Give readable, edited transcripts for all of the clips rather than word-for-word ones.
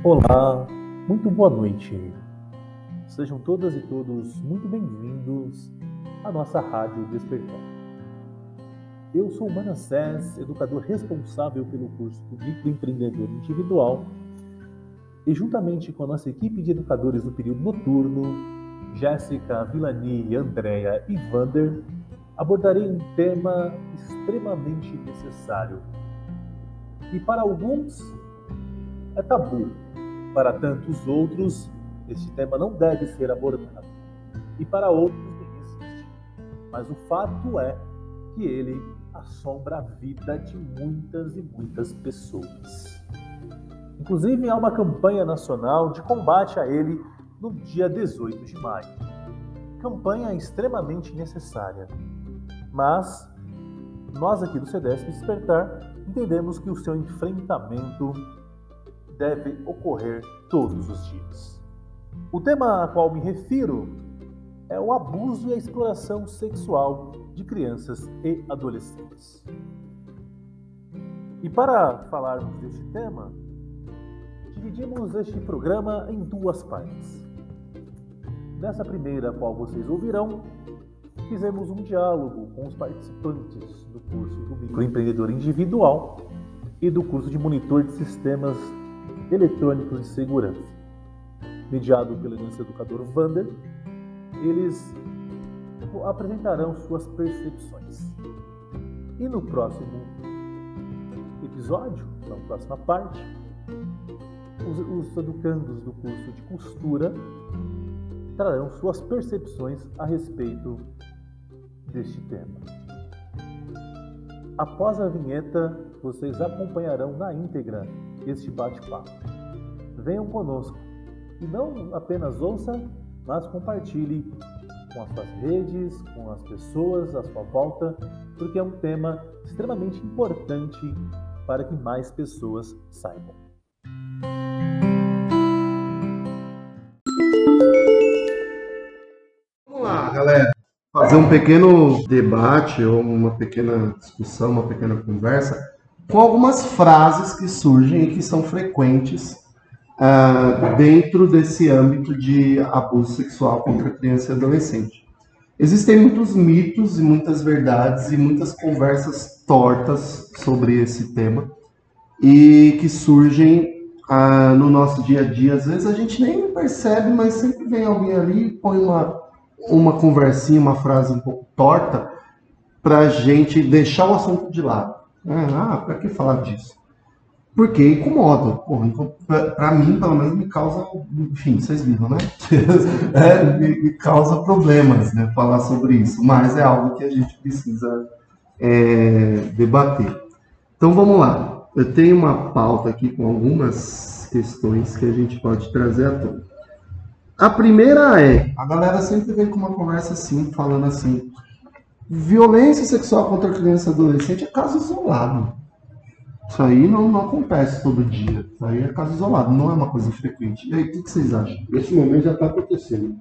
Olá, muito boa noite. Sejam todas e todos muito bem-vindos à nossa Rádio Despertar. Eu sou o Manassés, educador responsável pelo curso do Microempreendedor Individual, e juntamente com a nossa equipe de educadores do período noturno, Jéssica, Vilani, Andréia e Vander, abordarei um tema extremamente necessário. E para alguns é tabu. Para tantos outros, este tema não deve ser abordado. E para outros, nem existe. Mas o fato é que ele assombra a vida de muitas e muitas pessoas. Inclusive, há uma campanha nacional de combate a ele no dia 18 de maio. Campanha extremamente necessária. Mas nós aqui do CDESP Despertar entendemos que o seu enfrentamento deve ocorrer todos os dias. O tema a qual me refiro é o abuso e a exploração sexual de crianças e adolescentes. E para falarmos deste tema, dividimos este programa em duas partes. Nessa primeira, a qual vocês ouvirão, fizemos um diálogo com os participantes do curso do Microempreendedor Individual e do curso de Monitor de Sistemas Eletrônicos de Segurança. Mediado pelo nosso educador Vander, eles apresentarão suas percepções. E no próximo episódio, na próxima parte, os educandos do curso de costura trarão suas percepções a respeito deste tema. Após a vinheta, vocês acompanharão na íntegra este bate-papo. Venham conosco e não apenas ouça, mas compartilhe com as suas redes, com as pessoas à sua volta, porque é um tema extremamente importante para que mais pessoas saibam. Vamos lá, galera. Fazer um pequeno debate ou uma pequena discussão, uma pequena conversa com algumas frases que surgem e que são frequentes dentro desse âmbito de abuso sexual contra criança e adolescente. Existem muitos mitos e muitas verdades e muitas conversas tortas sobre esse tema e que surgem no nosso dia a dia. Às vezes a gente nem percebe, mas sempre vem alguém ali e põe uma conversinha, uma frase um pouco torta para a gente deixar o assunto de lado. Para que falar disso? Porque incomoda. Para mim, pelo menos, me causa... Enfim, vocês viram, né? Me causa problemas, né, falar sobre isso. Mas é algo que a gente precisa debater. Então, vamos lá. Eu tenho uma pauta aqui com algumas questões que a gente pode trazer à tona. A primeira a galera sempre vem com uma conversa assim, falando assim, violência sexual contra criança e adolescente é caso isolado. Isso aí não acontece todo dia. Isso aí é caso isolado, não é uma coisa frequente. E aí, o que vocês acham? Nesse momento já está acontecendo.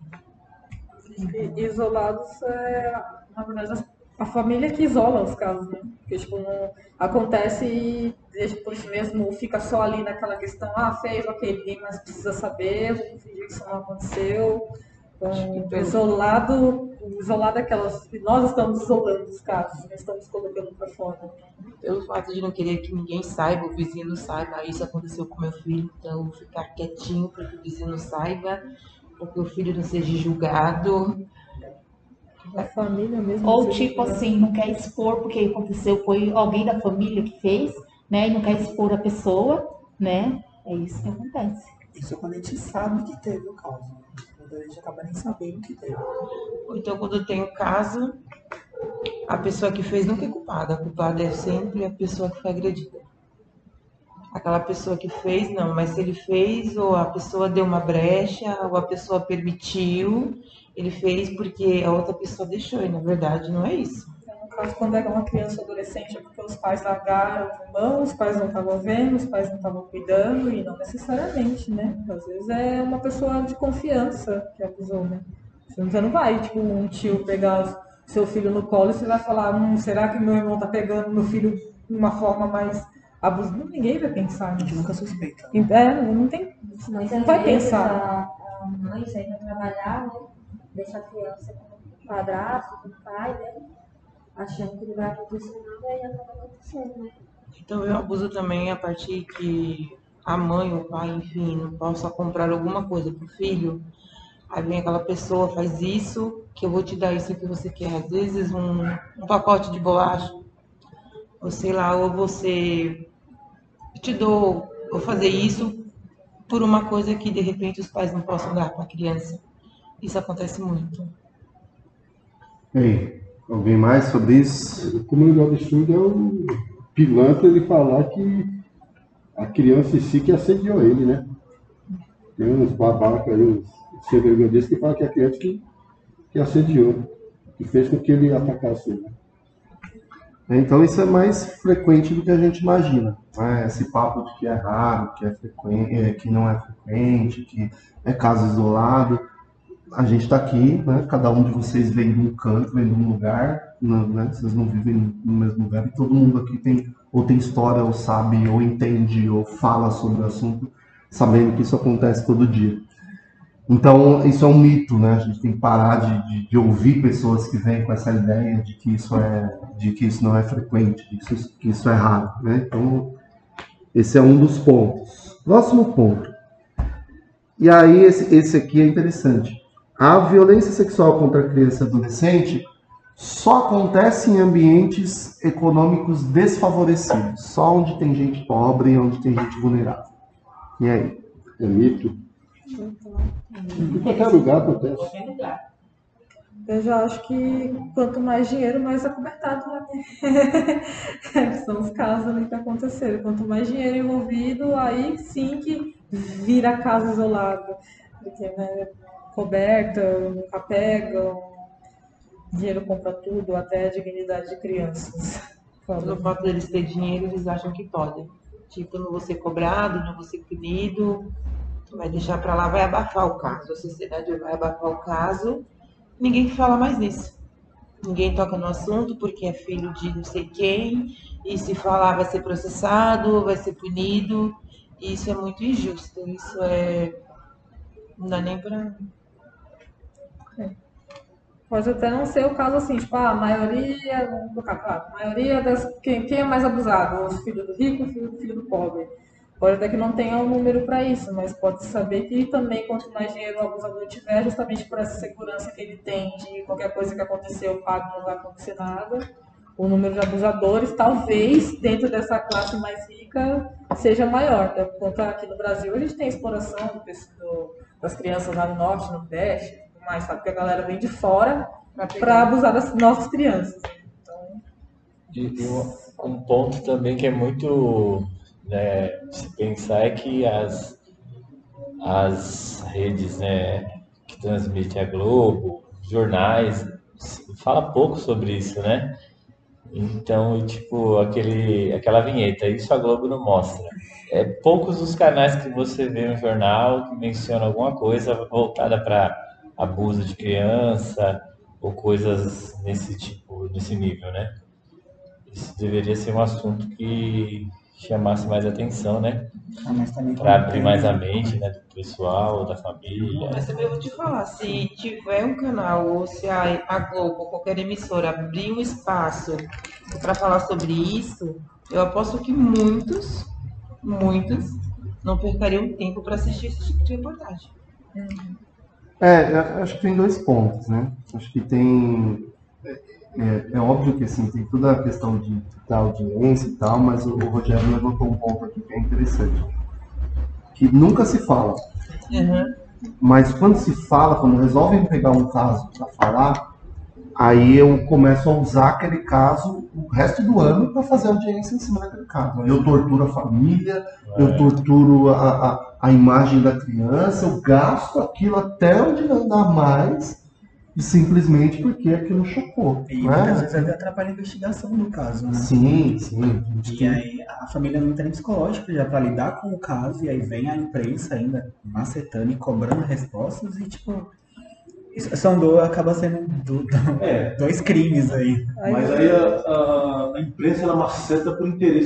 Isolados na verdade, a família que isola os casos, né? Porque, não acontece e deixa por isso mesmo, fica só ali naquela questão, fez, ok, ninguém mais precisa saber, vamos fingir que isso não aconteceu. Então, isolado aquelas... Nós estamos isolando os casos, nós estamos colocando para fora. Pelo fato de não querer que ninguém saiba, o vizinho não saiba, isso aconteceu com meu filho, então ficar quietinho para que o vizinho não saiba, para que o filho não seja julgado. A família mesmo. Ou tipo assim, não quer expor porque aconteceu, foi alguém da família que fez, né? E não quer expor a pessoa, né? É isso que acontece. Isso é quando a gente sabe que teve o caso. Quando a gente acaba nem sabendo que teve. Então, quando tem o caso, a pessoa que fez nunca é culpada. A culpada é sempre a pessoa que foi agredida. Aquela pessoa que fez, não. Mas se ele fez, ou a pessoa deu uma brecha, ou a pessoa permitiu, ele fez porque a outra pessoa deixou. E, na verdade, não é isso. No caso, quando é uma criança ou adolescente, é porque os pais largaram de mão, os pais não estavam vendo, os pais não estavam cuidando, e não necessariamente, né? Às vezes é uma pessoa de confiança que abusou, né? Você não vai, tipo, um tio pegar seu filho no colo e você vai falar, será que meu irmão tá pegando meu filho de uma forma mais abuso, ninguém vai pensar A gente nisso. nunca suspeita. Não tem, Mas não às vai vezes pensar. a mãe sai pra trabalhar, né? Deixa a criança com o padrasto, com o pai, né? Achando que não vai acontecer nada e acaba acontecendo, né? Então eu abuso também a partir que a mãe, o pai, enfim, não possa comprar alguma coisa pro filho. Aí vem aquela pessoa, faz isso, que eu vou te dar isso que você quer. Às vezes um pacote de bolacha, ou sei lá, ou você te dou, vou fazer isso por uma coisa que de repente os pais não possam dar para a criança. Isso acontece muito. E aí, alguém mais sobre isso? O cúmulo do absurdo é o pilantra ele falar que a criança em si que assediou ele, né? Tem uns babacas aí, uns sem-vergonha que falam que é a criança que assediou, que fez com que ele atacasse ele. Então isso é mais frequente do que a gente imagina, né? Esse papo de que é raro, que é frequente, que não é frequente, que é caso isolado. A gente está aqui, né? Cada um de vocês vem de um canto, vem de um lugar, né? Vocês não vivem no mesmo lugar e todo mundo aqui tem história, ou sabe, ou entende, ou fala sobre o assunto, sabendo que isso acontece todo dia. Então, isso é um mito, né? A gente tem que parar de ouvir pessoas que vêm com essa ideia de que isso não é frequente, que isso é raro, né? Então, esse é um dos pontos. Próximo ponto. E aí, esse aqui é interessante. A violência sexual contra a criança e adolescente só acontece em ambientes econômicos desfavorecidos. Só onde tem gente pobre, onde tem gente vulnerável. E aí? É mito. Em qualquer lugar acontece. Qualquer lugar. Eu já acho que quanto mais dinheiro, mais acobertado vai ter. São os casos ali que aconteceram. Quanto mais dinheiro envolvido, aí sim que vira caso isolado. Porque, né, coberta, nunca pegam, dinheiro compra tudo, até a dignidade de crianças. Pelo fato deles terem dinheiro, eles acham que podem. Tipo, não vou ser cobrado, não vou ser punido, vai deixar pra lá, vai abafar o caso. A sociedade vai abafar o caso, ninguém fala mais nisso. Ninguém toca no assunto porque é filho de não sei quem, e se falar vai ser processado, vai ser punido. E isso é muito injusto. Isso não dá nem pra. Pode até não ser o caso assim, tipo, a maioria, vamos colocar, claro, a maioria quem é mais abusado? O filho do rico, o filho do pobre. Pode até que não tenha um número para isso, mas pode saber que também quanto mais dinheiro o abusador tiver, justamente por essa segurança que ele tem de qualquer coisa que acontecer, o pago não vai acontecer nada. O número de abusadores, talvez, dentro dessa classe mais rica, seja maior. Até quanto aqui no Brasil, a gente tem a exploração das crianças lá no Norte, no Nordeste, mas sabe que a galera vem de fora para abusar das nossas crianças. Então, Um ponto também que é muito, né, se pensar é que as redes, né, que transmitem a Globo, jornais, fala pouco sobre isso, né? Então, tipo, aquela vinheta, isso a Globo não mostra. É poucos os canais que você vê no jornal que menciona alguma coisa voltada para abuso de criança ou coisas nesse nível, né? Isso deveria ser um assunto que chamasse mais atenção, né? Mas também Para abrir mais a mente, né, do pessoal, da família. Mas também eu vou te falar, se tiver um canal ou se a Globo ou qualquer emissora abrir um espaço para falar sobre isso, eu aposto que muitos não percariam tempo para assistir esse tipo de reportagem. Eu acho que tem dois pontos, né? Acho que tem. É óbvio que assim, tem toda a questão da audiência e tal, mas o Rogério levantou um ponto aqui que é interessante. Que nunca se fala. Uhum. Mas quando se fala, quando resolvem pegar um caso para falar, aí eu começo a usar aquele caso o resto do ano para fazer audiência em cima daquele caso. Eu torturo a família, eu torturo a imagem da criança, eu gasto aquilo até onde não dá mais, simplesmente porque aquilo chocou. E né? muitas vezes até atrapalha a investigação do caso, né? Sim. E aí a família não tem psicológico já para lidar com o caso, e aí vem a imprensa ainda macetando e cobrando respostas, e tipo, acaba sendo dois crimes aí. Mas aí a imprensa ela maceta por interesses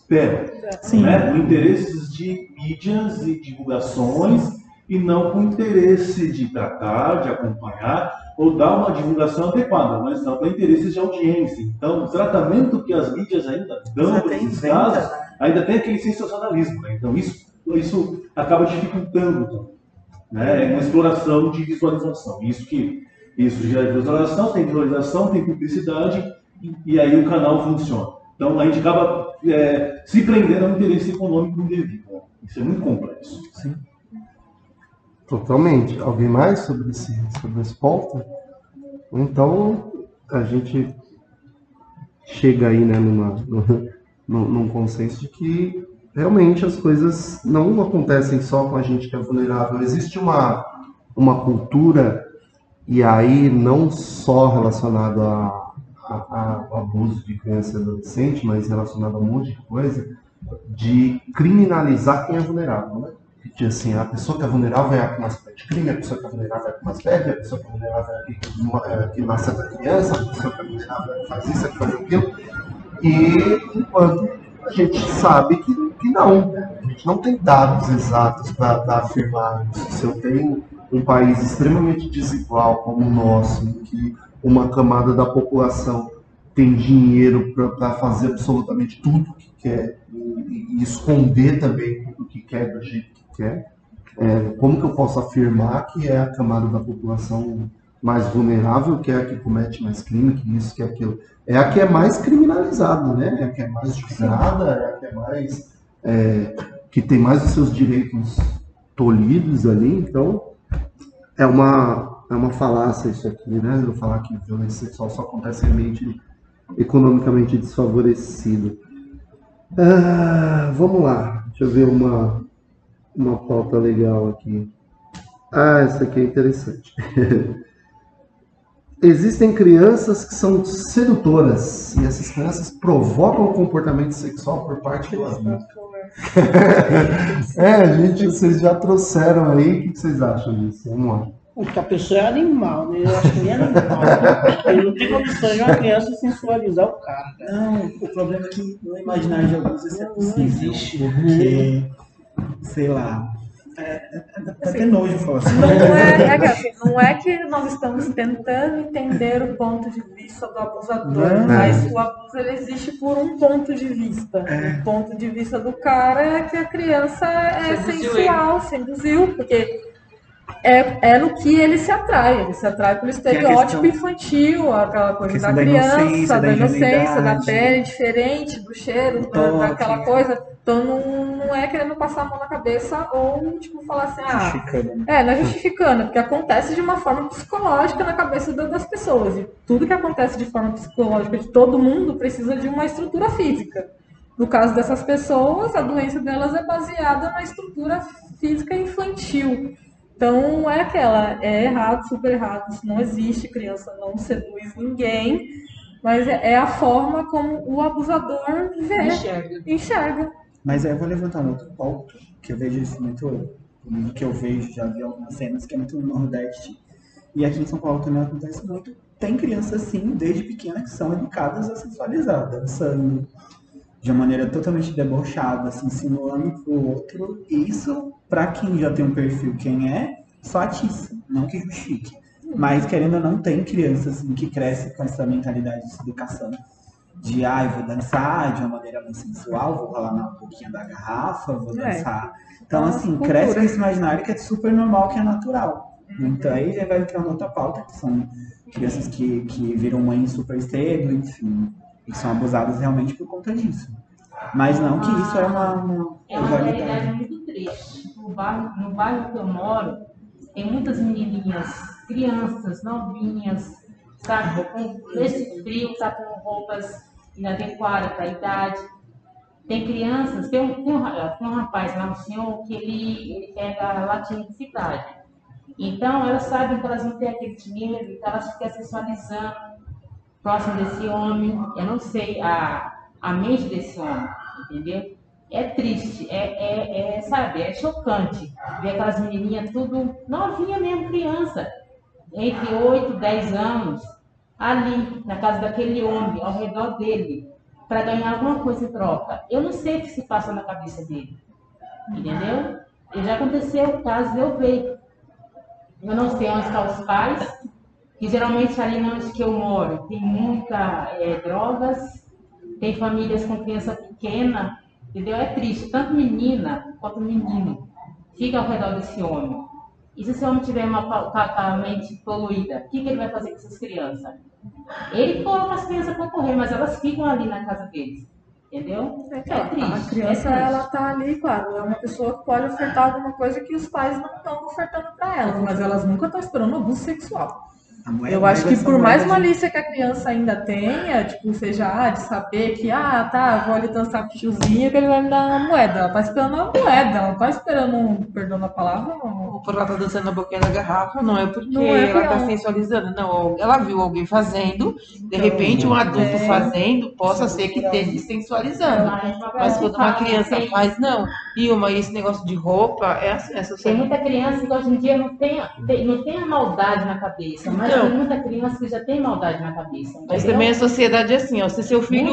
pega, Sim. né? Com interesses de mídias e divulgações e não com interesse de tratar, de acompanhar ou dar uma divulgação adequada, mas não para interesses de audiência. Então, o tratamento que as mídias ainda dão para esses casos, ainda tem aquele sensacionalismo, né? Então, isso acaba dificultando, né? É uma exploração de visualização. Isso gera visualização, tem publicidade e aí o canal funciona. Então, a gente acaba se prendendo a um interesse econômico indevido. Né? Isso é muito complexo. Sim. Totalmente. Alguém mais sobre esse ponto? Então, a gente chega aí, né, num consenso de que realmente as coisas não acontecem só com a gente que é vulnerável. Existe uma cultura, e aí não só relacionado ao abuso de criança e adolescente, mas relacionado a um monte de coisa, de criminalizar quem é vulnerável, né? Que assim, a pessoa que é vulnerável é a que mais comete crime, a pessoa que é vulnerável é a que mais bebe, a pessoa que é vulnerável é a que massacra criança, a pessoa que é vulnerável é a que faz isso, é a que faz aquilo. E enquanto a gente sabe que não, a gente não tem dados exatos para afirmar isso. Se eu tenho um país extremamente desigual como o nosso, em que uma camada da população tem dinheiro para fazer absolutamente tudo o que quer e esconder também tudo o que quer do jeito que quer, como que eu posso afirmar que é a camada da população mais vulnerável, que é a que comete mais crime, que isso, que aquilo? É a que é mais criminalizada, né? É a que é mais julgada, é a que é mais... que tem mais os seus direitos tolhidos ali. Então, é uma falácia isso aqui, né? Eu falar que violência sexual só acontece em ambiente economicamente desfavorecido. Vamos lá, deixa eu ver uma pauta legal aqui. Essa aqui é interessante. Existem crianças que são sedutoras e essas crianças provocam o comportamento sexual por parte delas mesmas. Gente, vocês já trouxeram aí, o que vocês acham disso? Vamos lá. Porque a pessoa é animal, né? Eu acho que nem é animal. Ele não tem condição de uma criança sensualizar o cara. Não, o problema é que no imaginário de alguns isso é possível. Porque, sei lá, dá até nojo falar assim. Não é que nós estamos tentando entender o ponto de vista do abusador, mas o abuso ele existe por um ponto de vista. O ponto de vista do cara é que a criança é sensual, seduziu, porque é no que ele se atrai pelo estereótipo infantil, aquela coisa da criança, da inocência, da pele diferente, do cheiro, daquela coisa. Então não é querendo passar a mão na cabeça ou tipo falar assim, não é justificando, porque acontece de uma forma psicológica na cabeça das pessoas. E tudo que acontece de forma psicológica de todo mundo precisa de uma estrutura física. No caso dessas pessoas, a doença delas é baseada na estrutura física infantil. Então, é errado, super errado, isso não existe, criança não seduz ninguém, mas é a forma como o abusador enxerga. Mas aí eu vou levantar um outro ponto, que eu vejo isso muito, que eu vejo, já vi algumas cenas, que é muito no Nordeste, e aqui em São Paulo também acontece muito. Tem crianças, sim, desde pequena, que são educadas a sensualizar, dançando, de uma maneira totalmente debochada, assim, insinuando pro outro. Isso, pra quem já tem um perfil só atiça, não que justifique. Mas, querendo ou não, tem crianças assim, que crescem com essa mentalidade de educação. De, vou dançar de uma maneira mais sensual, vou rolar na boquinha da garrafa, vou dançar. Então, assim, cresce com esse imaginário que é super normal, que é natural. Então, aí já vai entrar outra pauta, que são crianças que viram mãe super cedo, enfim, e são abusadas realmente por conta disso. Mas não que isso é uma realidade muito triste. No bairro que eu moro, tem muitas menininhas, crianças, novinhas, sabe, nesse frio, tá com roupas inadequadas para a idade. Tem crianças, tem um rapaz lá, um senhor, que ele pega latinha de cidade. Então, elas sabem que elas não têm aquele dinheiro, que elas ficam sexualizando próximo desse homem. Eu não sei a mente desse homem, entendeu? É triste, sabe, é chocante ver aquelas menininhas tudo novinha mesmo, criança, entre 8 e 10 anos, ali na casa daquele homem, ao redor dele. para ganhar alguma coisa em troca. Eu não sei o que se passa na cabeça dele, entendeu? E já aconteceu o caso de eu ver. Eu não sei onde estão os pais, que geralmente ali onde que eu moro tem muita drogas, tem famílias com criança pequena, entendeu? É triste, tanto menina quanto menino fica ao redor desse homem. E se esse homem tiver a mente poluída, o que ele vai fazer com essas crianças? Ele coloca as crianças para correr, mas elas ficam ali na casa deles. Entendeu? É triste. A criança, ela tá ali, claro, é uma pessoa que pode ofertar alguma coisa que os pais não estão ofertando para elas, mas elas nunca estão esperando abuso sexual. Eu acho que por mais malícia que a criança ainda tenha, tipo, seja de saber que, vou ali dançar com o tiozinho que ele vai me dar uma moeda. Ela tá esperando uma moeda, ela não tá esperando, perdão a palavra, não. Ou por ela tá dançando na boquinha da garrafa, não é porque ela tá sensualizando, não. Ela viu alguém fazendo, de repente um adulto fazendo, possa ser que esteja sensualizando. Mas quando uma criança faz, não. E esse negócio de roupa, é assim, tem muita criança que hoje em dia não tem a maldade na cabeça, mas tem muita criança que já tem maldade na cabeça. Mas também a sociedade é assim, ó, se seu filho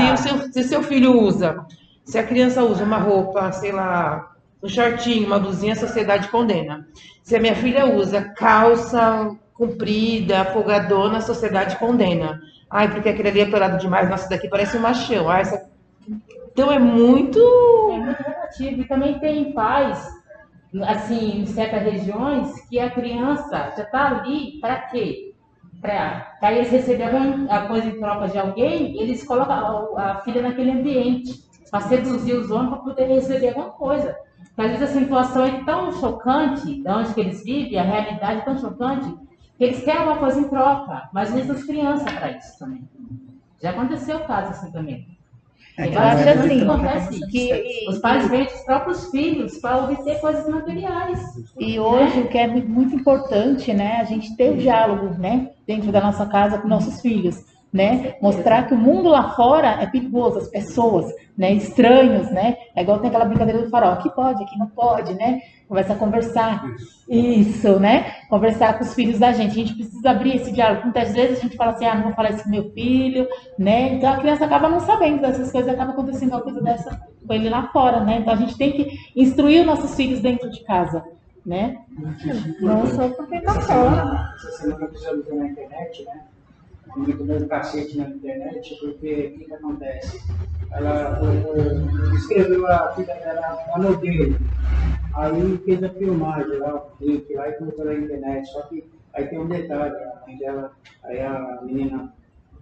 usa, se a criança usa uma roupa, sei lá, um shortinho, uma blusinha, a sociedade condena. Se a minha filha usa calça comprida, folgadona, a sociedade condena. Ai, porque aquele ali é pelado demais, nossa, daqui parece um machão. Então é muito relativo. E também tem pais, assim, em certas regiões, que a criança já está ali para quê? Para eles receberem a coisa em troca de alguém, eles colocam a filha naquele ambiente, para seduzir os homens para poder receber alguma coisa. Porque às vezes a situação é tão chocante, de onde que eles vivem, a realidade é tão chocante, que eles querem alguma coisa em troca, mas eles as crianças para isso também. Já aconteceu o caso assim também. Eu acho assim, acontece que os pais vendem os próprios filhos para obter coisas materiais. E hoje o que é muito importante, né, a gente ter o diálogo, né, dentro da nossa casa com nossos filhos, né, mostrar que o mundo lá fora é perigoso, as pessoas, né, estranhos, né, é igual tem aquela brincadeira do farol, aqui pode, aqui não pode, né, começa a conversar, isso, né, conversar com os filhos da gente, a gente precisa abrir esse diálogo, muitas vezes a gente fala assim, não vou falar isso com meu filho, né, então a criança acaba não sabendo dessas coisas, acaba acontecendo uma coisa dessa com ele lá fora, né, então a gente tem que instruir os nossos filhos dentro de casa, né. Não só porque tá fora. Essa semana eu visualizei na internet, né, muito meu cacete na internet, porque o que acontece? Ela escreveu a filha dela no modelo, aí fez a filmagem lá, o link lá e colocou na internet, só que aí tem um detalhe, a mãe dela, aí a menina,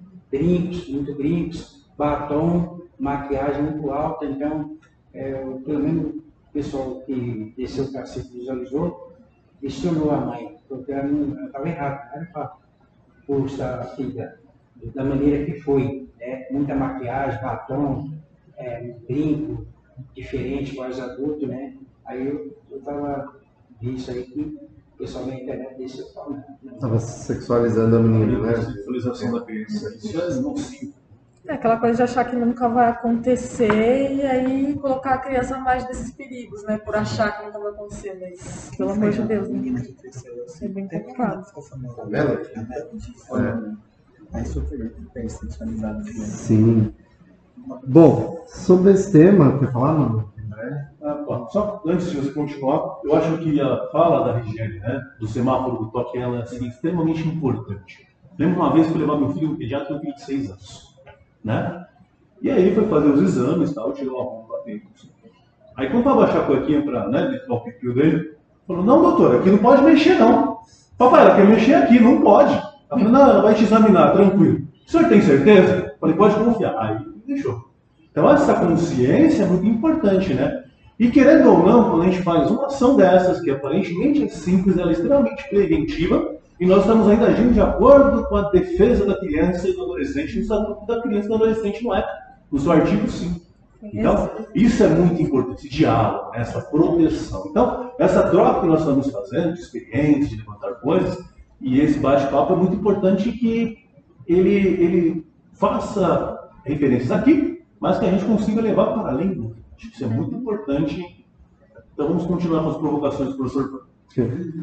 brincos, batom, maquiagem muito alta, então, pelo menos o pessoal que desceu o cacete visualizou, questionou a mãe, porque ela estava errada, não era para a filha, da maneira que foi, né? Muita maquiagem, batom, brinco, diferente com os adultos, né? Aí eu estava isso aí que o pessoal na internet disse, eu falo, estava sexualizando a menina, né? Sexualização da criança, isso é nocivo. É aquela coisa de achar que nunca vai acontecer e aí colocar a criança mais desses perigos, né? Por achar que nunca vai acontecer, mas pelo amor de Deus, né? É bem complicado. É super sexualizado. Sim. Bom, sobre esse tema, quer falar, mano? Só antes de você continuar, eu acho que a fala da Regiane, né, do semáforo do toque, ela é assim, extremamente importante. Lembro uma vez que eu levava meu filho no pediatra, eu tinha 26 anos, né? E aí ele foi fazer os exames e tal, tirou a roupa lá dentro. Aí quando eu baixar a cuequinha para limpar o pipiu dele, falou, não doutor, aqui não pode mexer não. Papai, ela quer mexer aqui, não pode. Ela falou, não, ela vai te examinar, tranquilo. O senhor tem certeza? Falei, pode confiar. Aí deixou. Então essa consciência é muito importante, né? E querendo ou não, quando a gente faz uma ação dessas, que aparentemente é simples, ela é extremamente preventiva, e nós estamos ainda agindo de acordo com a defesa da criança e do adolescente, no Estatuto da Criança e do Adolescente não é, no seu artigo 5. Então, isso é muito importante, esse diálogo, essa proteção. Então, essa troca que nós estamos fazendo, de experiências, de levantar coisas, e esse bate-papo é muito importante que ele faça referências aqui, mas que a gente consiga levar para além do que. Acho que isso é muito importante. Então, vamos continuar com as provocações do professor.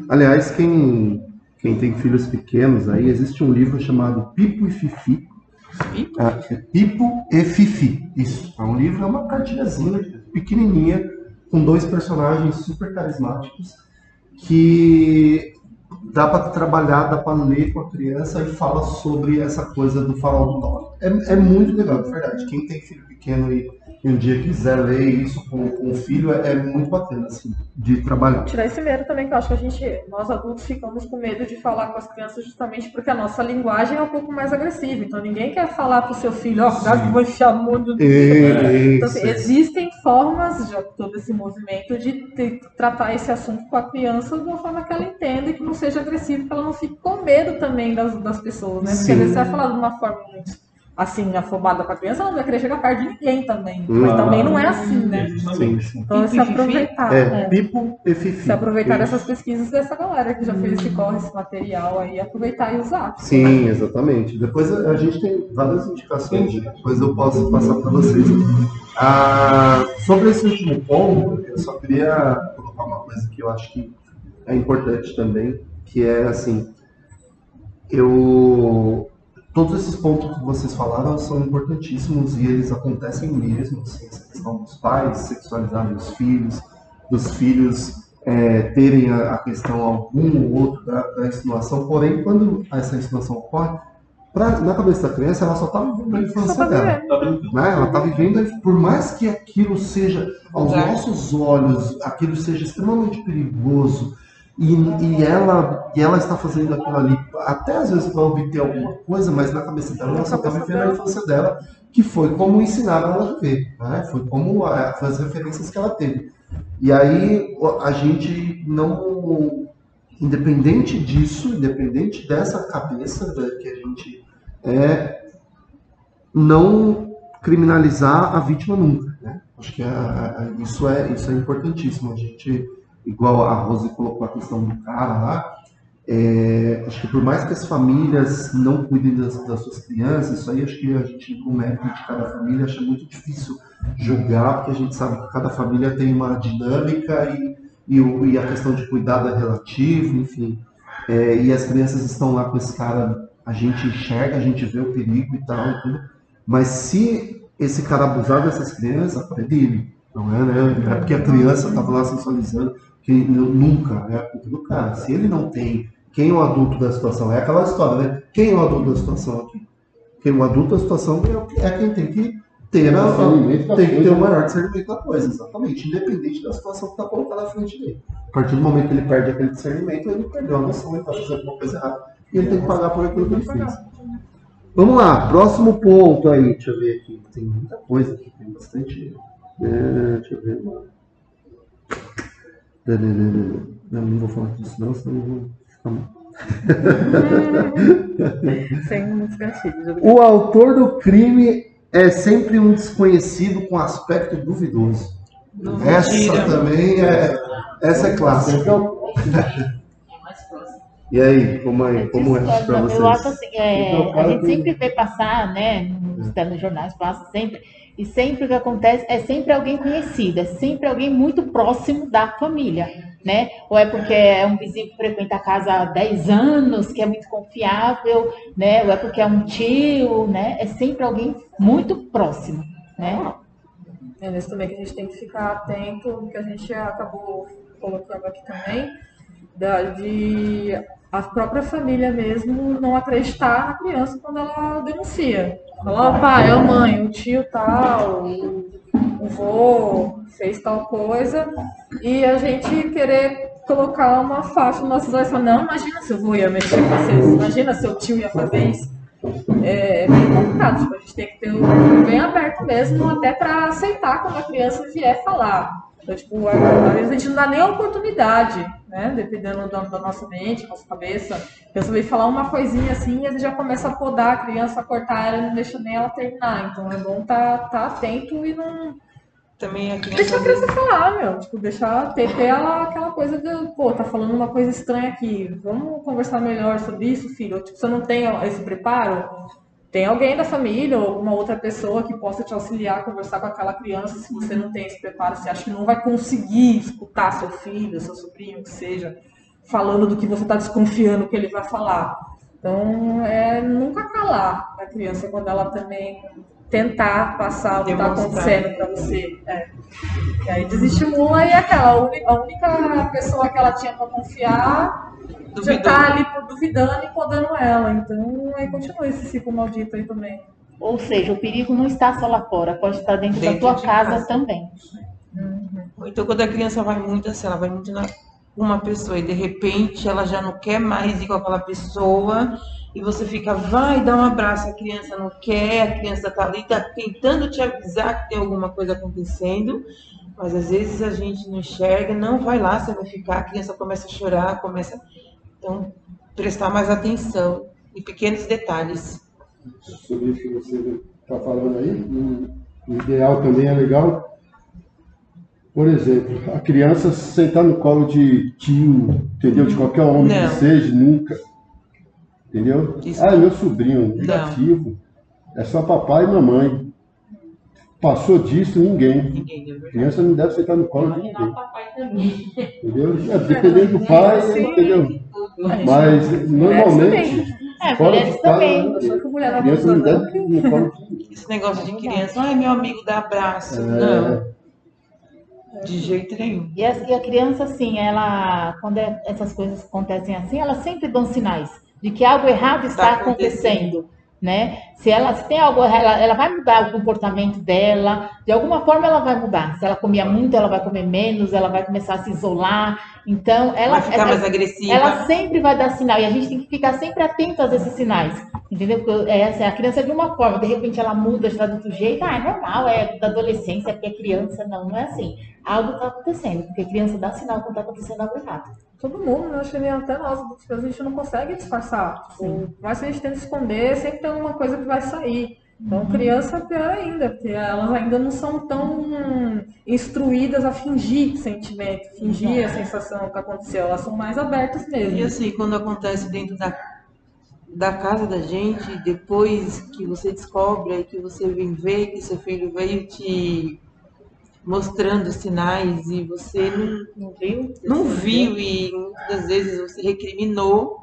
Aliás, quem tem filhos pequenos aí, existe um livro chamado Pipo e Fifi, Pipo e Fifi. Isso. É um livro, é uma cartilhazinha pequenininha, com 2 personagens super carismáticos, que dá para trabalhar, dá para ler com a criança e fala sobre essa coisa do farol do norte. É muito legal, de verdade. Quem tem filho pequeno e um dia quiser ler isso com o filho, é muito bacana, assim, de trabalhar. Tirar esse medo também, que eu acho que nós adultos ficamos com medo de falar com as crianças justamente porque a nossa linguagem é um pouco mais agressiva. Então ninguém quer falar pro seu filho, cuidado que eu vou enfiar o mundo. Então, assim, existem formas, já todo esse movimento, de tratar esse assunto com a criança de uma forma que ela entenda e que não seja agressiva, que ela não fique com medo também das pessoas, né? Porque às vezes você vai falar de uma forma muito assim, afobada pra criança, ela não vai querer chegar perto de ninguém também. Mas também não é assim, né? Sim. Então se aproveitar. Pipo e Fifi. Se aproveitar dessas pesquisas dessa galera que já fez esse corre, esse material aí, aproveitar e usar. Sim, exatamente. Depois a gente tem várias indicações, depois eu posso passar para vocês. Sobre esse último ponto, eu só queria colocar uma coisa que eu acho que é importante também, que é assim, todos esses pontos que vocês falaram são importantíssimos e eles acontecem mesmo, assim, essa questão dos pais sexualizarem os filhos, dos filhos terem a questão algum ou outro da insinuação, porém, quando essa insinuação ocorre, na cabeça da criança, ela só está vivendo a infância dela. Né? Ela está vivendo, por mais que aquilo seja, aos nossos olhos, aquilo seja extremamente perigoso, e ela está fazendo aquilo ali, até às vezes para obter alguma coisa, mas na cabeça dela ela só está vivendo a infância dela, que foi como ensinaram ela a viver, né? Foi como foi as referências que ela teve. E aí a gente não, independente disso, independente dessa cabeça que a gente não criminalizar a vítima nunca, né? Acho que isso é importantíssimo. A gente, igual a Rose colocou a questão do cara lá, acho que por mais que as famílias não cuidem das suas crianças, isso aí acho que a gente, o mérito de cada família, acha muito difícil julgar, porque a gente sabe que cada família tem uma dinâmica e a questão de cuidado é relativo, enfim. E as crianças estão lá com esse cara, a gente enxerga, a gente vê o perigo e tal, e tudo, mas se esse cara abusar dessas crianças, a culpa é dele, não é, né? É porque a criança estava lá sensualizando, que nunca é a culpa do cara. Se ele não tem, quem é o adulto da situação? É aquela história, né? Quem é o adulto da situação aqui? Quem é o adulto da situação é quem tem que ter o maior discernimento da coisa, exatamente, independente da situação que está colocada na frente dele. A partir do momento que ele perde aquele discernimento, ele perdeu a noção, ele está fazendo alguma coisa errada e ele tem que pagar por aquilo que ele fez. Vamos lá, próximo ponto aí, deixa eu ver aqui, tem muita coisa aqui, tem bastante. Deixa eu ver. Não vou falar disso não, senão eu vou ficar mal. Sem muitos gatilhos. O autor do crime é sempre um desconhecido com aspecto duvidoso. Essa também essa é clássica. E aí, como é para vocês? Eu acho assim, a gente sempre vê passar, né, nos telejornais passa sempre, e sempre o que acontece é sempre alguém conhecido, é sempre alguém muito próximo da família, né? Ou é porque é um vizinho que frequenta a casa há 10 anos, que é muito confiável, né? Ou é porque é um tio, né? É sempre alguém muito próximo, né? É nisso também que a gente tem que ficar atento, que a gente acabou colocando aqui também, de a própria família mesmo não acreditar na criança quando ela denuncia. Fala, pai, a mãe, o tio tal, o vô fez tal coisa, e a gente querer colocar uma faixa nos nossos olhos e falar, não, imagina se o vô ia mexer com vocês, imagina se o tio ia fazer isso. É bem complicado, tipo, a gente tem que ter o bem aberto mesmo, até para aceitar quando a criança vier falar. Então, tipo, às vezes a gente não dá nem a oportunidade, né? Dependendo da nossa mente, da nossa cabeça. A criança vem falar uma coisinha assim e a gente já começa a podar a criança, a cortar ela e não deixa nem ela terminar. Então é bom tá atento e não. Também a criança... Deixa a criança falar, meu. Tipo, deixar ter aquela coisa de, pô, tá falando uma coisa estranha aqui. Vamos conversar melhor sobre isso, filho. Tipo, você não tem esse preparo? Tem alguém da família ou alguma outra pessoa que possa te auxiliar a conversar com aquela criança se você não tem esse preparo, você acha que não vai conseguir escutar seu filho, seu sobrinho, que seja, falando do que você está desconfiando que ele vai falar. Então, nunca calar a criança quando ela também tentar passar o que está acontecendo para você. E aí desestimula e a única pessoa que ela tinha para confiar já está ali duvidando e podando ela. Então, aí continua esse ciclo maldito aí também. Ou seja, o perigo não está só lá fora, pode estar dentro da tua casa também. Então, quando a criança vai muito assim, ela vai muito com uma pessoa e de repente ela já não quer mais ir com aquela pessoa e você fica, vai dar um abraço, a criança não quer, a criança tá ali, tá tentando te avisar que tem alguma coisa acontecendo, mas às vezes a gente não enxerga, não vai lá, você vai ficar, a criança começa a chorar, então, prestar mais atenção em pequenos detalhes. Sobre isso que você está falando aí, o ideal também é legal. Por exemplo, a criança sentar no colo de tio, entendeu? De qualquer homem que seja, nunca. Entendeu? É meu sobrinho, negativo. É só papai e mamãe. Passou disso, ninguém. A criança não deve sentar no colo de ninguém. Entendeu? Dependendo do pai, entendeu? Mas normalmente. Fora de casa, a criança não deve ir no colo de ninguém. Esse negócio de criança, meu amigo, dá abraço. Não. De jeito nenhum. E a criança, assim, quando essas coisas acontecem assim, ela sempre dão sinais de que algo errado está acontecendo, né? Se tem algo errado, ela vai mudar o comportamento dela, de alguma forma ela vai mudar. Se ela comia muito, ela vai comer menos, ela vai começar a se isolar. Então, ela vai ficar mais agressiva. Ela sempre vai dar sinal e a gente tem que ficar sempre atento a esses sinais, entendeu? Porque a criança é de uma forma, de repente ela muda, está de outro jeito, é normal, é da adolescência, porque é criança, não é assim. Algo está acontecendo, porque a criança dá sinal quando está acontecendo algo errado. Todo mundo, né? Acho que até nós, adultos, a gente não consegue disfarçar. Mas se a gente tenta esconder, sempre tem alguma coisa que vai sair. Então, criança é pior ainda, porque elas ainda não são tão instruídas a fingir sentimento, fingir a sensação que aconteceu. Elas são mais abertas mesmo. E assim, quando acontece dentro da casa da gente, depois que você descobre, aí que você vem ver que seu filho veio te mostrando sinais e você não viu e muitas vezes você recriminou,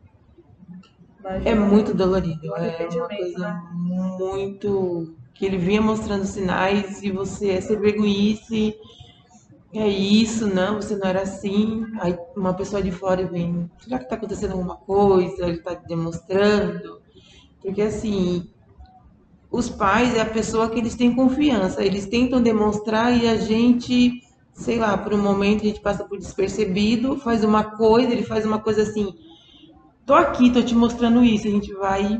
é muito dolorido. É uma coisa muito que ele vinha mostrando sinais e você se vergonhice, é isso, não, você não era assim. Aí uma pessoa de fora vem, será que está acontecendo alguma coisa? Ele está demonstrando? Porque assim, os pais é a pessoa que eles têm confiança, eles tentam demonstrar e a gente, sei lá, por um momento a gente passa por despercebido, faz uma coisa, ele faz uma coisa assim, tô aqui, tô te mostrando isso, a gente vai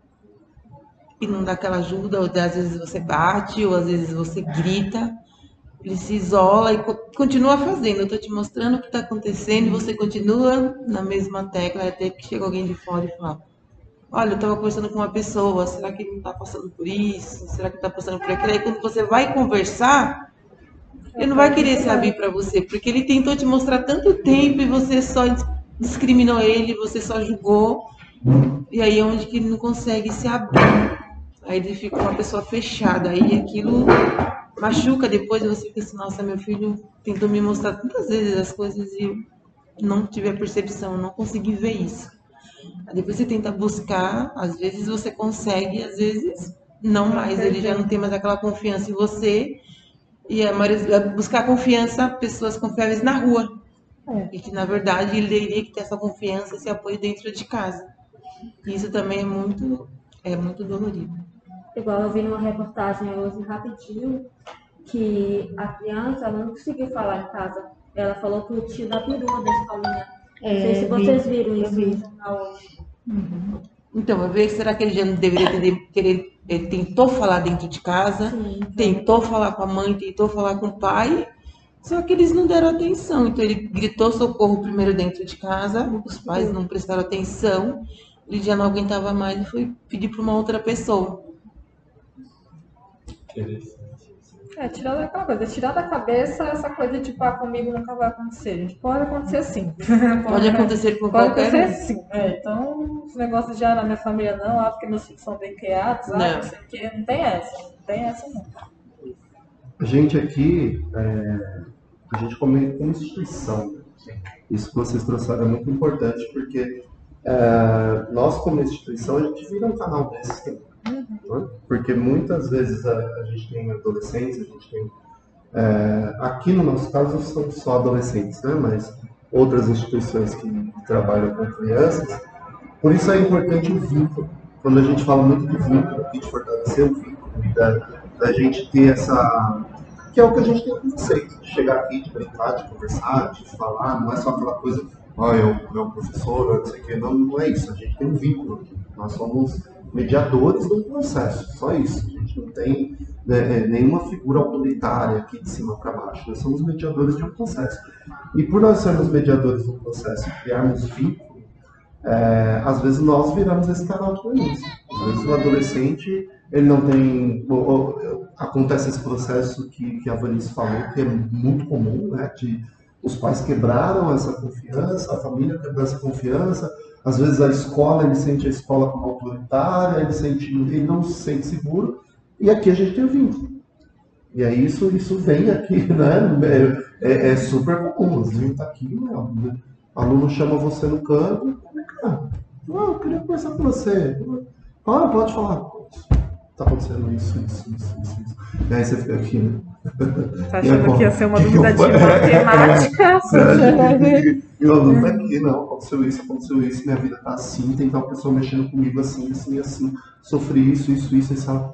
e não dá aquela ajuda, ou às vezes você bate, ou às vezes você grita, ele se isola e continua fazendo, eu tô te mostrando o que tá acontecendo e você continua na mesma tecla, até que chega alguém de fora e fala, olha, eu estava conversando com uma pessoa, será que ele não está passando por isso? Será que está passando por aquilo? Aí quando você vai conversar, ele não vai querer se abrir para você, porque ele tentou te mostrar tanto tempo e você só discriminou ele, você só julgou, e aí é onde que ele não consegue se abrir. Aí ele fica uma pessoa fechada, aí aquilo machuca depois, e você fica assim, nossa, meu filho tentou me mostrar tantas vezes as coisas e eu não tive a percepção, não consegui ver isso. Depois você tenta buscar, às vezes você consegue, às vezes não mais, ele já não tem mais aquela confiança em você. E a maioria buscar confiança, pessoas confiáveis na rua. E que na verdade ele deveria ter essa confiança, esse apoio dentro de casa. E isso também é muito dolorido. Igual eu vi numa reportagem hoje rapidinho que a criança não conseguiu falar em casa. Ela falou que o tio da perua da escolinha. Não sei se vocês viram isso no jornal hoje. Então, eu vejo, será que ele já não deveria ter, ele tentou falar dentro de casa, tentou falar com a mãe, tentou falar com o pai, só que eles não deram atenção. Então ele gritou socorro primeiro dentro de casa, os pais não prestaram atenção, ele já não aguentava mais e foi pedir para uma outra pessoa. Tirar daquela coisa, tirar da cabeça essa coisa de tipo, comigo nunca vai acontecer. Gente, pode acontecer sim. Pode acontecer com qualquer um. Sim. Então, os negócios já na minha família não, porque meus filhos são bem criados, não sei o que, não tem essa não. A gente aqui, a gente como instituição, isso que vocês trouxeram é muito importante, porque nós como instituição, a gente vira um canal desses também. Né? Porque muitas vezes a gente tem adolescentes, a gente tem... aqui no nosso caso são só adolescentes, né? Mas outras instituições que trabalham com crianças. Por isso é importante o vínculo. Quando a gente fala muito de vínculo, de fortalecer o vínculo, da gente ter essa... Que é o que a gente tem com vocês. De chegar aqui, de brincar, de conversar, de falar. Não é só aquela coisa, eu professor, não sei o quê. Não é isso. A gente tem um vínculo aqui. Nós somos mediadores do processo. Só isso. A gente não tem nenhuma figura autoritária aqui de cima para baixo. Nós somos mediadores de um processo. E por nós sermos mediadores do processo e criarmos vínculo, às vezes nós viramos esse canal de denúncia. Às vezes o adolescente, ele não tem... Acontece esse processo que a Vanice falou, que é muito comum, né? Os pais quebraram essa confiança, a família quebrou essa confiança. Às vezes a escola, ele sente a escola como autoritária, ele não se sente seguro. E aqui a gente tem o vínculo. E aí isso vem aqui, né? É super comum. Às vezes tá aqui, né? O aluno chama você no canto, eu queria conversar com você. Pode falar. Tá acontecendo isso. E aí você fica aqui, né? Tá achando que ia ser uma dúvida de matemática? E o aluno tá aqui, não, aconteceu isso, minha vida tá assim, tem tal pessoa mexendo comigo assim, sofri isso, e sabe?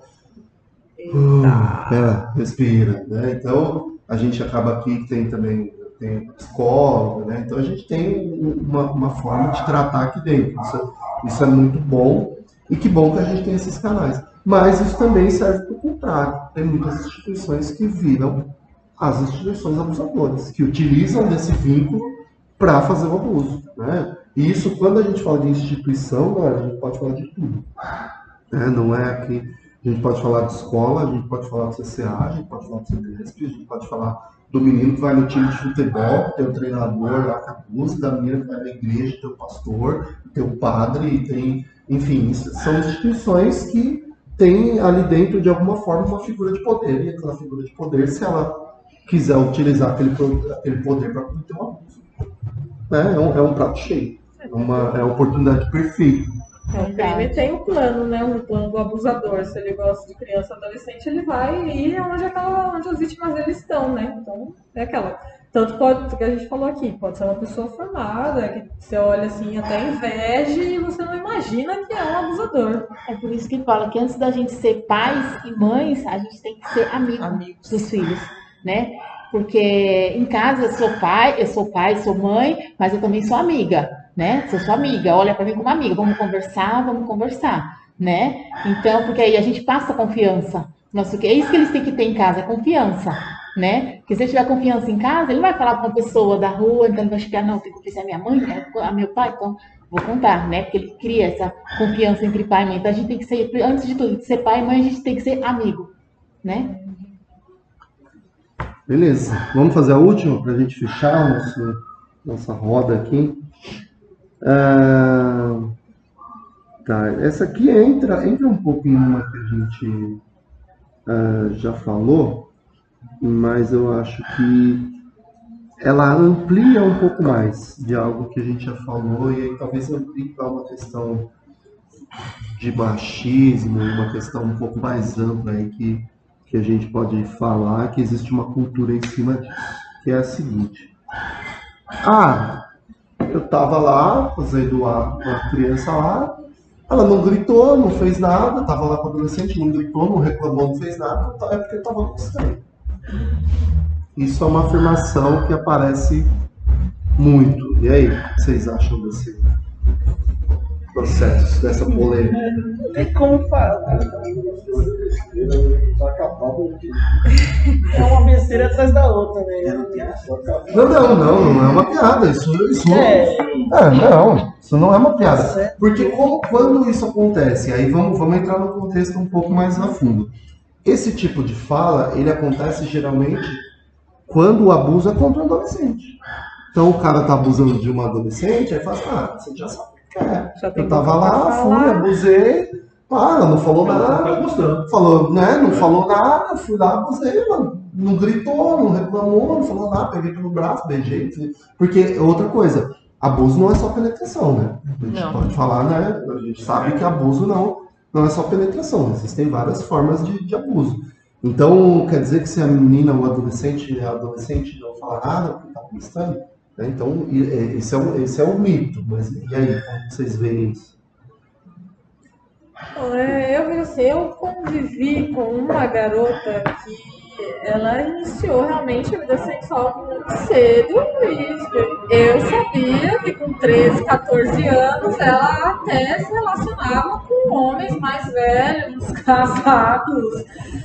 Respira, né? Então, a gente acaba aqui que tem psicólogo, né? Então a gente tem uma forma de tratar aqui dentro. Isso é muito bom, e que bom que a gente tem esses canais. Mas isso também serve para o contrário. Tem muitas instituições que viram as instituições abusadoras, que utilizam desse vínculo para fazer o abuso, né? E isso, quando a gente fala de instituição, a gente pode falar de tudo. Né? Não é que a gente pode falar de escola, a gente pode falar do CCA, a gente pode falar do CDSP, a gente pode falar do menino que vai no time de futebol, tem o treinador lá que abusa, da menina que vai na igreja, tem o pastor, tem o padre, tem... Enfim, são instituições que têm ali dentro, de alguma forma, uma figura de poder. E aquela figura de poder, se ela quiser utilizar aquele poder para cometer um abuso, né? É um prato cheio. É a oportunidade perfeita. O crime tem um plano, né? Um plano do abusador. Se ele gosta de criança ou adolescente, ele vai ir onde as vítimas dele estão, né? Então, é aquela... Tanto pode, que a gente falou aqui, pode ser uma pessoa formada, que você olha assim, até inveja e você não imagina que é um abusador. É por isso que fala que antes da gente ser pais e mães, a gente tem que ser amigos dos filhos, né? Porque em casa eu sou pai, sou mãe, mas eu também sou amiga, né? Sou sua amiga, olha para mim como amiga, vamos conversar, né? Então, porque aí a gente passa confiança. Nossa, é isso que eles têm que ter em casa, é confiança, né? Porque se ele tiver confiança em casa, ele vai falar para uma pessoa da rua, então ele vai chegar, não, tem que confiar a minha mãe, a meu pai, então vou contar, né? Porque ele cria essa confiança entre pai e mãe. Então a gente tem que ser, antes de tudo, de ser pai e mãe, a gente tem que ser amigo, né? Beleza, vamos fazer a última para a gente fechar nossa roda aqui. Tá, essa aqui entra um pouquinho numa que a gente já falou, mas eu acho que ela amplia um pouco mais de algo que a gente já falou, e aí talvez amplie para uma questão de machismo, uma questão um pouco mais ampla aí que a gente pode falar, que existe uma cultura em cima disso, que é a seguinte: eu tava lá fazendo uma criança lá, ela não gritou, não fez nada, tava lá com o adolescente, não gritou, não reclamou, não fez nada, é porque eu tava gostando. Isso é uma afirmação que aparece muito. E aí, o que vocês acham desse processo, dessa polêmica? Não tem como falar. É uma besteira atrás da outra, né? Não é uma piada. Isso não é uma piada. Porque quando isso acontece, aí vamos entrar no contexto um pouco mais a fundo. Esse tipo de fala, ele acontece geralmente quando o abuso é contra um adolescente. Então o cara tá abusando de uma adolescente, aí fala você já sabe o que é. Eu tava lá, fui, abusei, ela não falou nada, falou, né, não falou nada, fui lá, abusei, mano. Não gritou, não reclamou, não falou nada, peguei pelo braço, beijei. Porque outra coisa, abuso não é só penetração, né? A gente Não. pode falar, né? A gente sabe que abuso não é só penetração, existem várias formas de abuso. Então, quer dizer que se a menina ou adolescente não fala nada porque está gostando, né? Então, esse é o mito. Mas e aí, como vocês veem isso? Eu convivi com uma garota que ela iniciou realmente a vida sexual muito cedo e eu sabia que com 13, 14 anos ela até se relacionava com homens mais velhos, casados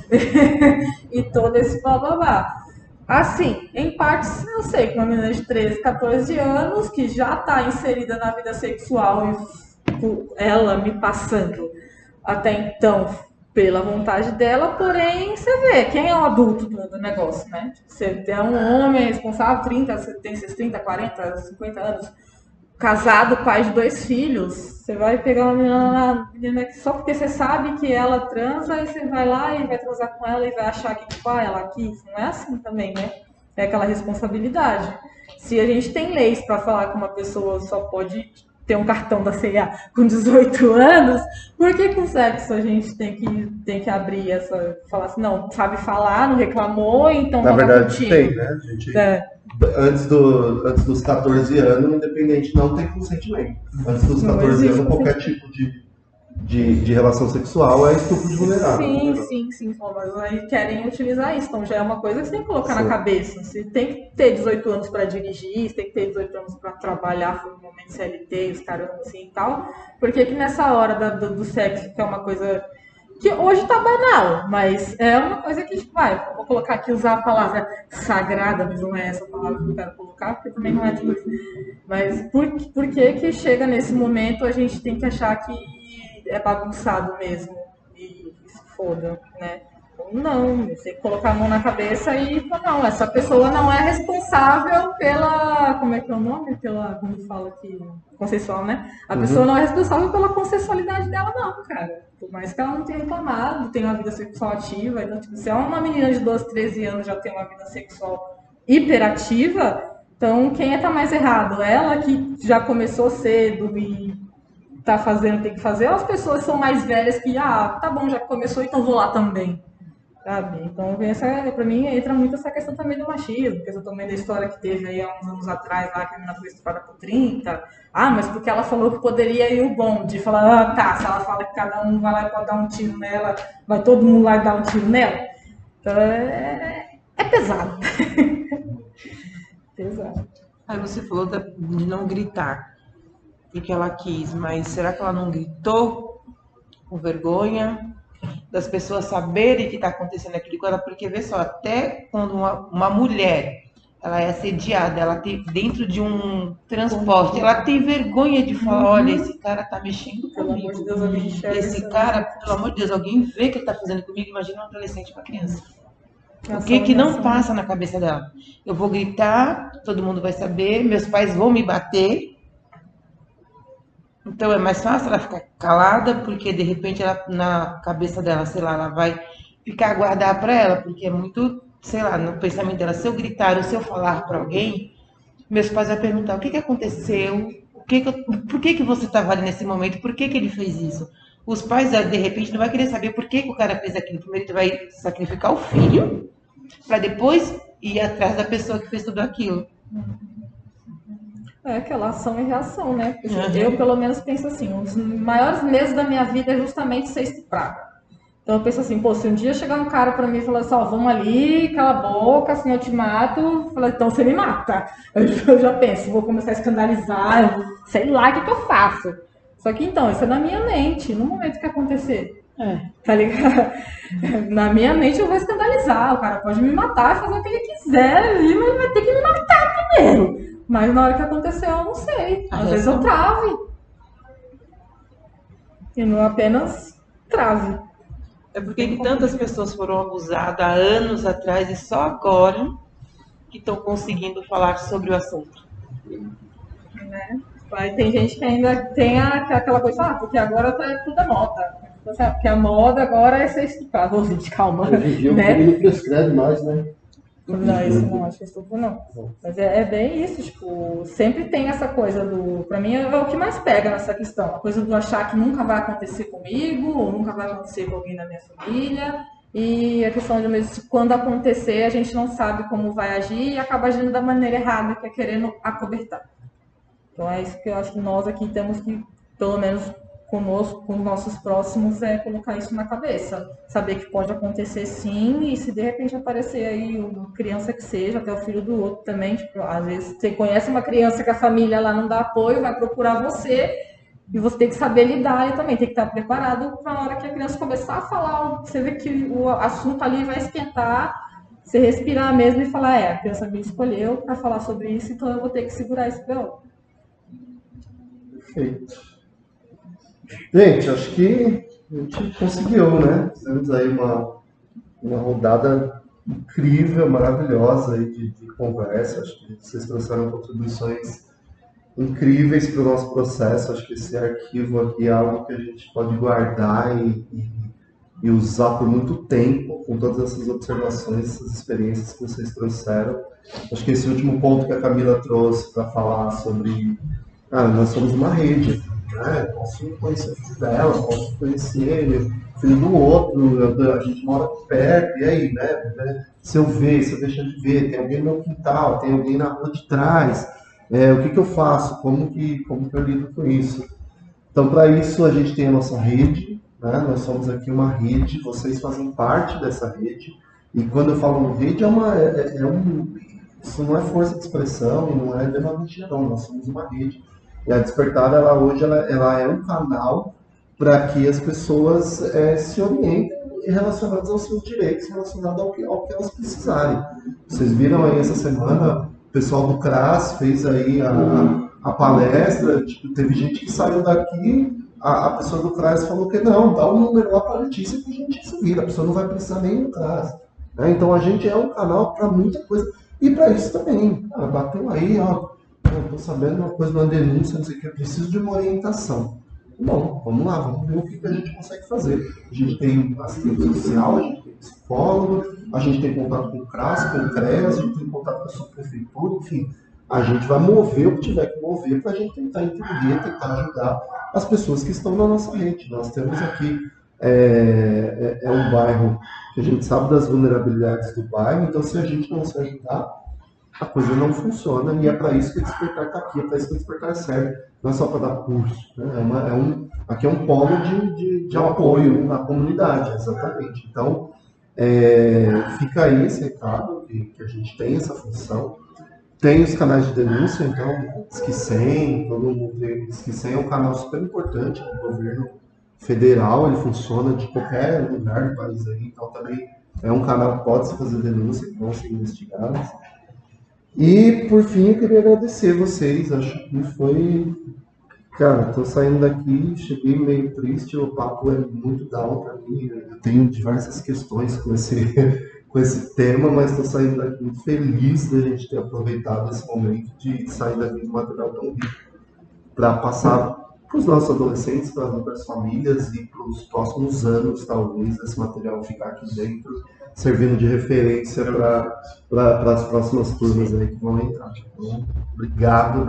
e todo esse blá. Assim, em partes eu sei que uma menina de 13, 14 anos que já está inserida na vida sexual e ela me passando até então pela vontade dela, porém você vê quem é o adulto do negócio, né? Você é um homem responsável, você tem seus 30, 40, 50 anos, casado, pai de 2 filhos, você vai pegar uma menina que só porque você sabe que ela transa e você vai lá e vai transar com ela e vai achar que tipo, ela quis. Não é assim também, né? É aquela responsabilidade. Se a gente tem leis para falar que uma pessoa só pode ter um cartão da CIA com 18 anos, por que com sexo a gente tem que abrir essa... Falar assim, não, sabe falar, não reclamou, então... Na verdade tem, né? A gente, antes dos 14 anos, independente, não tem consentimento. Antes dos 14 anos, qualquer tipo de relação sexual é estupro de vulnerável. Sim, mas aí querem utilizar isso, então já é uma coisa que você tem que colocar na cabeça. Você tem que ter 18 anos para dirigir, você tem que ter 18 anos para trabalhar, foi um momento CLT, os caramba assim e tal, porque que nessa hora do sexo, que é uma coisa que hoje tá banal, mas é uma coisa que, vou colocar aqui, usar a palavra sagrada, mas não é essa palavra que eu quero colocar, porque também não é tudo isso. Mas por que chega nesse momento a gente tem que achar que é bagunçado mesmo e se foda, né? Não, você tem que colocar a mão na cabeça e não, essa pessoa não é responsável pela, como é que é o nome? Como fala aqui, consensual, né? A pessoa não é responsável pela consensualidade dela não, cara. Por mais que ela não tenha reclamado, tenha uma vida sexual ativa, então, tipo, se é uma menina de 12, 13 anos já tem uma vida sexual hiperativa, então quem tá mais errado? Ela que já começou cedo e tá fazendo, tem que fazer, ou as pessoas são mais velhas que, tá bom, já começou, então vou lá também, sabe? Então, pra mim, entra muito essa questão também do machismo, questão também da história que teve aí há uns anos atrás, lá, que a menina foi estuprada por 30, mas porque ela falou que poderia ir o bonde, falar, se ela fala que cada um vai lá e pode dar um tiro nela, vai todo mundo lá e dar um tiro nela, então é pesado. Pesado. Aí você falou de não gritar. Porque ela quis, mas será que ela não gritou com vergonha das pessoas saberem que está acontecendo aquilo com ela? Porque vê só, até quando uma mulher ela é assediada, ela tem dentro de um transporte, ela tem vergonha de falar, olha, esse cara tá mexendo comigo. Pelo amor de Deus, alguém enxerga esse cara, pelo amor de Deus, alguém vê que ele tá fazendo comigo, imagina um adolescente e uma criança. O que não passa na cabeça dela? Eu vou gritar, todo mundo vai saber, meus pais vão me bater. Então é mais fácil ela ficar calada, porque de repente ela, na cabeça dela, sei lá, ela vai ficar guardar para ela, porque é muito, sei lá, no pensamento dela, se eu gritar ou se eu falar para alguém, meus pais vão perguntar o que aconteceu, por que você estava ali nesse momento, por que ele fez isso? Os pais, de repente, não vão querer saber por que o cara fez aquilo. Primeiro ele vai sacrificar o filho, para depois ir atrás da pessoa que fez tudo aquilo. É aquela ação e reação, né? Eu, pelo menos, penso assim, um dos maiores medos da minha vida é justamente ser estuprada. Então eu penso assim, se um dia chegar um cara pra mim e falar assim, vamos ali, cala a boca, senão eu te mato, eu falo, então você me mata. Eu já penso, vou começar a escandalizar, sei lá o que eu faço. Só que então, isso é na minha mente, no momento que acontecer. Tá ligado? Na minha mente eu vou escandalizar, o cara pode me matar, fazer o que ele quiser, mas ele vai ter que me matar primeiro. Mas na hora que aconteceu, eu não sei. Às vezes eu trave. E não apenas trave. É porque tantas pessoas foram abusadas há anos atrás e só agora que estão conseguindo falar sobre o assunto. Né? Tem gente que ainda tem aquela coisa, porque agora tudo é moda. Porque a moda agora é ser estuprado. Gente, calma. Hoje em dia né? o crime não prescreve mais, né? Não, isso não, acho que estupro não. Mas é bem isso, tipo, sempre tem essa coisa do. Pra mim é o que mais pega nessa questão. A coisa do achar que nunca vai acontecer comigo, ou nunca vai acontecer com alguém da minha família. E a questão de mesmo quando acontecer, a gente não sabe como vai agir e acaba agindo da maneira errada, que é querendo acobertar. Então é isso que eu acho que nós aqui temos que, pelo menos conosco, com os nossos próximos, é colocar isso na cabeça. Saber que pode acontecer sim, e se de repente aparecer aí uma criança que seja, até o filho do outro também, tipo, às vezes você conhece uma criança que a família lá não dá apoio, vai procurar você, e você tem que saber lidar e também tem que estar preparado para a hora que a criança começar a falar, você vê que o assunto ali vai esquentar, você respirar mesmo e falar, a criança me escolheu para falar sobre isso, então eu vou ter que segurar esse B.O. Perfeito. Gente, acho que a gente conseguiu, né? Fizemos aí uma rodada incrível, maravilhosa aí de conversa. Acho que vocês trouxeram contribuições incríveis para o nosso processo. Acho que esse arquivo aqui é algo que a gente pode guardar e usar por muito tempo, com todas essas observações, essas experiências que vocês trouxeram. Acho que esse último ponto que a Camila trouxe para falar sobre... nós somos uma rede, né? Posso conhecer o filho dela, posso conhecer o filho do outro, a gente mora perto, e aí, né? Se eu deixar de ver, tem alguém no meu quintal, tem alguém na rua de trás, o que eu faço? Como que eu lido com isso? Então, para isso, a gente tem a nossa rede, né? Nós somos aqui uma rede, vocês fazem parte dessa rede, e quando eu falo rede, isso não é força de expressão e não é demagogia, não, nós somos uma rede. E a Despertar, hoje ela é um canal para que as pessoas se orientem relacionadas aos seus direitos, relacionados ao que elas precisarem. Vocês viram aí essa semana, o pessoal do CRAS fez aí a palestra, tipo, teve gente que saiu daqui, a pessoa do CRAS falou que não, dá um número lá para a Letícia que a gente se vira, a pessoa não vai precisar nem do CRAS. Né? Então a gente é um canal para muita coisa. E para isso também, bateu aí, estou sabendo uma coisa, uma denúncia, não sei o que, eu preciso de uma orientação. Bom, vamos lá, vamos ver o que a gente consegue fazer. A gente tem assistente social, a gente tem psicólogo, a gente tem contato com o CRAS, com o CREAS, a gente tem contato com a sua prefeitura, enfim. A gente vai mover o que tiver que mover para a gente tentar entender, tentar ajudar as pessoas que estão na nossa rede. Nós temos aqui, um bairro que a gente sabe das vulnerabilidades do bairro, então se a gente não se ajudar, a coisa não funciona, e é para isso que o Despertar está aqui, é para isso que o Despertar serve, não é só para dar curso, né? Aqui é um polo de apoio à comunidade, exatamente. Então, fica aí esse recado, que a gente tem essa função. Tem os canais de denúncia, então, Disque 100, todo mundo tem. Disque 100 é um canal super importante do governo federal, ele funciona de qualquer lugar do país aí, então também é um canal que pode se fazer denúncia, que vão ser investigados. E, por fim, eu queria agradecer vocês, acho que foi... Cara, tô saindo daqui, cheguei meio triste, o papo é muito down para mim, eu tenho diversas questões com esse tema, mas estou saindo daqui muito feliz da gente ter aproveitado esse momento de sair daqui de um material tão rico para passar para os nossos adolescentes, para as outras famílias e para os próximos anos, talvez, esse material ficar aqui dentro, servindo de referência para as próximas turmas aí que vão entrar. Então, obrigado.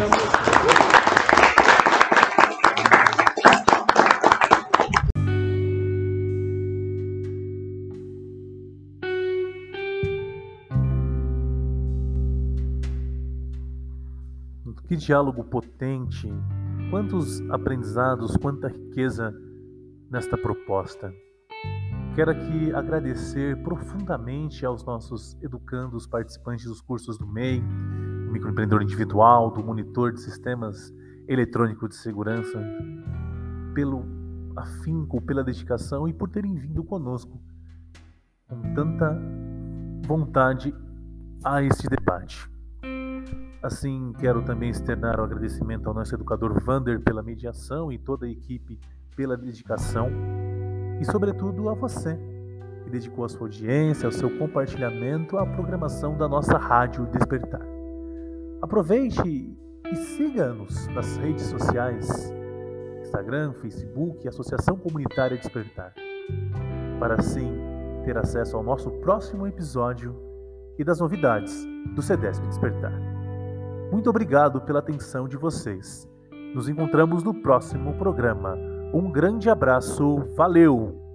Que diálogo potente, quantos aprendizados, quanta riqueza nesta proposta. Quero aqui agradecer profundamente aos nossos educandos, participantes dos cursos do MEI, do microempreendedor individual, do monitor de sistemas eletrônicos de segurança, pelo afinco, pela dedicação e por terem vindo conosco com tanta vontade a este debate. Assim, quero também externar o agradecimento ao nosso educador Vander pela mediação e toda a equipe pela dedicação e, sobretudo, a você, que dedicou a sua audiência, ao seu compartilhamento à programação da nossa Rádio Despertar. Aproveite e siga-nos nas redes sociais, Instagram, Facebook e Associação Comunitária Despertar, para assim ter acesso ao nosso próximo episódio e das novidades do CEDESP Despertar. Muito obrigado pela atenção de vocês. Nos encontramos no próximo programa. Um grande abraço, valeu!